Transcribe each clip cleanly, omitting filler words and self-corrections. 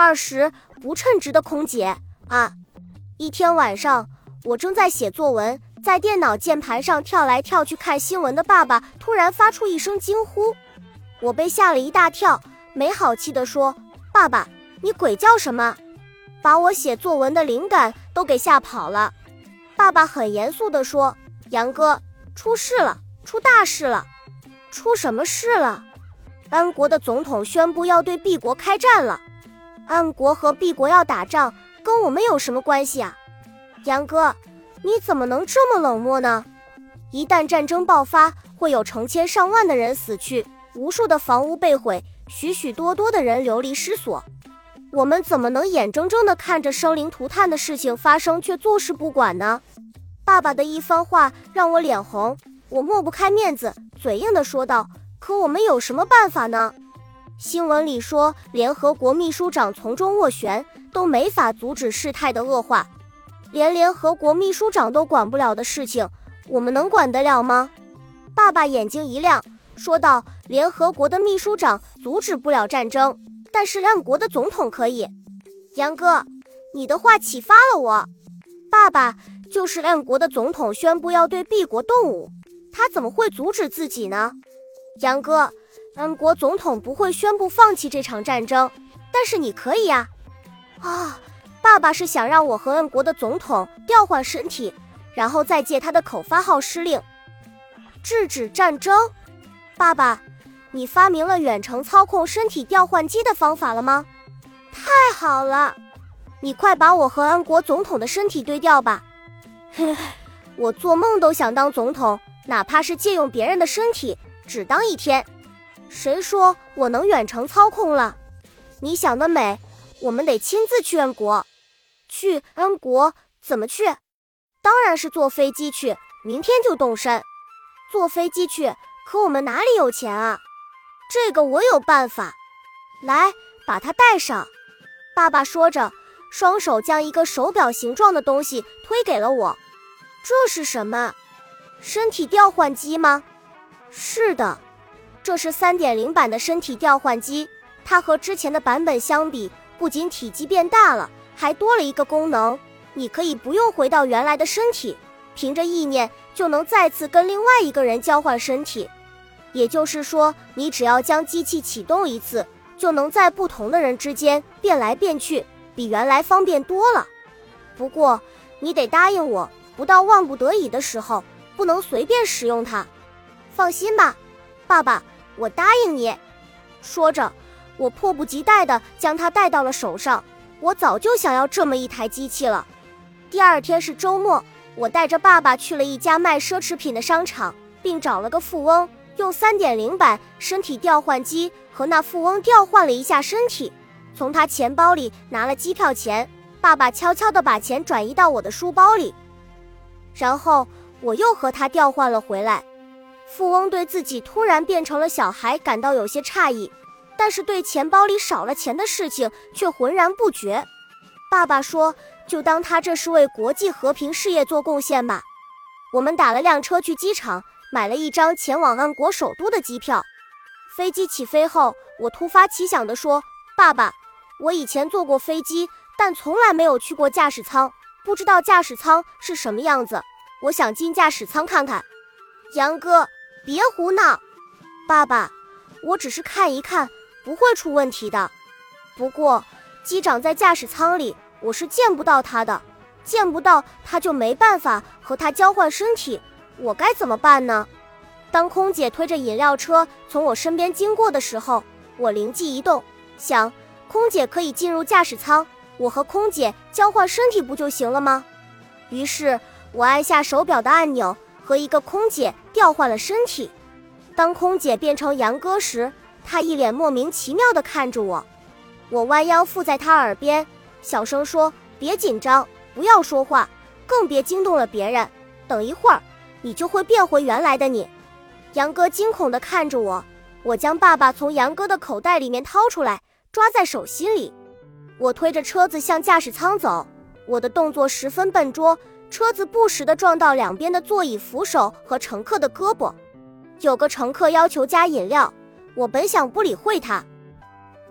20不称职的空姐啊！一天晚上，我正在写作文，在电脑键盘上跳来跳去看新闻的爸爸突然发出一声惊呼，我被吓了一大跳，没好气地说：“爸爸，你鬼叫什么？”把我写作文的灵感都给吓跑了。爸爸很严肃地说：“杨哥，出事了，出大事了。”出什么事了？安国的总统宣布要对 B 国开战了。安国和 B 国要打仗，跟我们有什么关系啊？杨哥，你怎么能这么冷漠呢？一旦战争爆发，会有成千上万的人死去，无数的房屋被毁，许许多多的人流离失所。我们怎么能眼睁睁地看着生灵涂炭的事情发生，却坐视不管呢？爸爸的一番话让我脸红，我抹不开面子，嘴硬地说道：“可我们有什么办法呢？新闻里说联合国秘书长从中斡旋，都没法阻止事态的恶化。连联合国秘书长都管不了的事情，我们能管得了吗？”爸爸眼睛一亮，说道：“联合国的秘书长阻止不了战争，但是安国的总统可以。”杨哥，你的话启发了我。爸爸，就是安国的总统宣布要对 B 国动武，他怎么会阻止自己呢？杨哥，安国总统不会宣布放弃这场战争，但是你可以呀。爸爸是想让我和安国的总统调换身体，然后再借他的口发号施令，制止战争。爸爸，你发明了远程操控身体调换机的方法了吗？太好了，你快把我和安国总统的身体对调吧。我做梦都想当总统，哪怕是借用别人的身体，只当一天。谁说我能远程操控了？你想得美，我们得亲自去安国。去安国怎么去？当然是坐飞机去，明天就动身。坐飞机去，可我们哪里有钱啊？这个我有办法。来，把它带上。爸爸说着，双手将一个手表形状的东西推给了我。这是什么？身体调换机吗？是的，这是 3.0 版的身体调换机。它和之前的版本相比，不仅体积变大了，还多了一个功能，你可以不用回到原来的身体，凭着意念就能再次跟另外一个人交换身体。也就是说，你只要将机器启动一次，就能在不同的人之间变来变去，比原来方便多了。不过，你得答应我，不到万不得已的时候，不能随便使用它。放心吧，爸爸，我答应你。说着，我迫不及待地将它戴到了手上。我早就想要这么一台机器了。第二天是周末，我带着爸爸去了一家卖奢侈品的商场，并找了个富翁，用 3.0 版身体调换机和那富翁调换了一下身体，从他钱包里拿了机票钱。爸爸悄悄地把钱转移到我的书包里，然后我又和他调换了回来。富翁对自己突然变成了小孩感到有些诧异，但是对钱包里少了钱的事情却浑然不觉。爸爸说，就当他这是为国际和平事业做贡献吧。我们打了辆车去机场，买了一张前往安国首都的机票。飞机起飞后，我突发奇想地说：“爸爸，我以前坐过飞机，但从来没有去过驾驶舱，不知道驾驶舱是什么样子，我想进驾驶舱看看。”杨哥，别胡闹。爸爸，我只是看一看，不会出问题的。不过，机长在驾驶舱里，我是见不到他的，见不到他就没办法和他交换身体，我该怎么办呢？当空姐推着饮料车从我身边经过的时候，我灵机一动，想，空姐可以进入驾驶舱，我和空姐交换身体不就行了吗？于是我按下手表的按钮，和一个空姐调换了身体。当空姐变成杨哥时，她一脸莫名其妙地看着我。我弯腰附在她耳边，小声说：“别紧张，不要说话，更别惊动了别人。等一会儿，你就会变回原来的你。”杨哥惊恐地看着我，我将爸爸从杨哥的口袋里面掏出来，抓在手心里。我推着车子向驾驶舱走，我的动作十分笨拙，车子不时地撞到两边的座椅扶手和乘客的胳膊。有个乘客要求加饮料，我本想不理会他，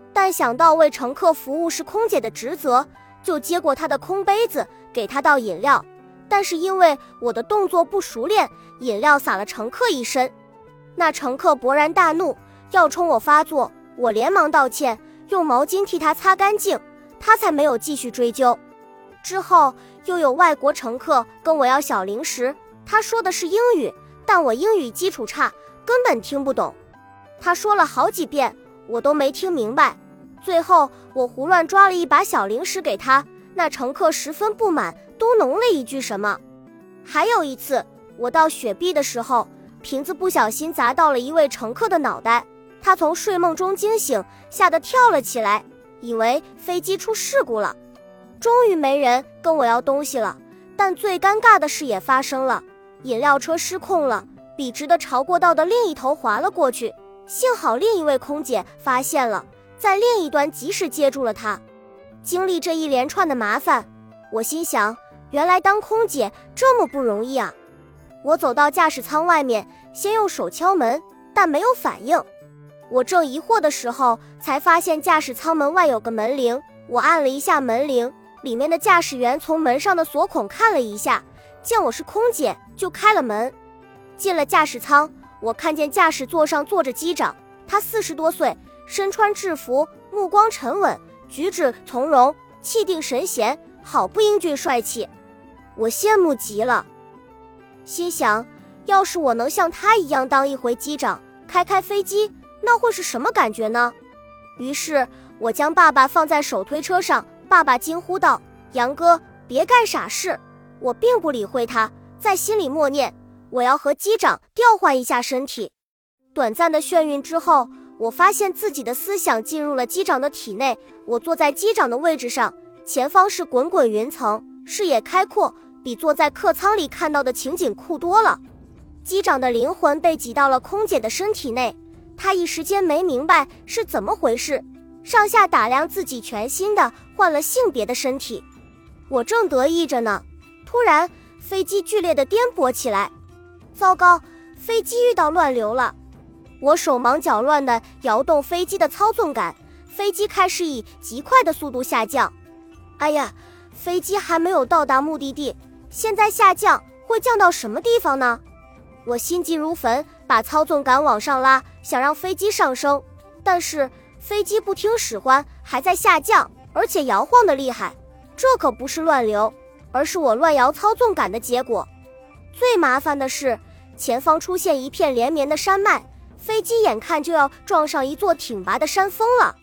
但想到为乘客服务是空姐的职责，就接过他的空杯子，给他倒饮料。但是因为我的动作不熟练，饮料洒了乘客一身。那乘客勃然大怒，要冲我发作，我连忙道歉，用毛巾替他擦干净，他才没有继续追究。之后又有外国乘客跟我要小零食，他说的是英语，但我英语基础差，根本听不懂。他说了好几遍，我都没听明白。最后我胡乱抓了一把小零食给他，那乘客十分不满，嘟哝了一句什么。还有一次，我倒雪碧的时候，瓶子不小心砸到了一位乘客的脑袋，他从睡梦中惊醒，吓得跳了起来，以为飞机出事故了。终于没人跟我要东西了，但最尴尬的事也发生了，饮料车失控了，笔直的朝过道的另一头滑了过去，幸好另一位空姐发现了，在另一端及时接住了他。经历这一连串的麻烦，我心想，原来当空姐这么不容易啊。我走到驾驶舱外面，先用手敲门，但没有反应。我正疑惑的时候，才发现驾驶舱门外有个门铃，我按了一下门铃，里面的驾驶员从门上的锁孔看了一下，见我是空姐，就开了门。进了驾驶舱，我看见驾驶座上坐着机长，他40多岁，身穿制服，目光沉稳，举止从容，气定神闲，好不英俊帅气。我羡慕极了，心想，要是我能像他一样当一回机长，开飞机，那会是什么感觉呢？于是我将爸爸放在手推车上，爸爸惊呼道：杨哥，别干傻事。我并不理会他，在心里默念，我要和机长调换一下身体。短暂的眩晕之后，我发现自己的思想进入了机长的体内，我坐在机长的位置上，前方是滚滚云层，视野开阔，比坐在客舱里看到的情景酷多了。机长的灵魂被挤到了空姐的身体内，他一时间没明白是怎么回事，上下打量自己全新的换了性别的身体。我正得意着呢，突然飞机剧烈的颠簸起来，糟糕，飞机遇到乱流了。我手忙脚乱地摇动飞机的操纵杆，飞机开始以极快的速度下降。哎呀，飞机还没有到达目的地，现在下降会降到什么地方呢？我心急如焚，把操纵杆往上拉，想让飞机上升，但是飞机不听使唤，还在下降，而且摇晃得厉害。这可不是乱流，而是我乱摇操纵杆的结果。最麻烦的是，前方出现一片连绵的山脉，飞机眼看就要撞上一座挺拔的山峰了。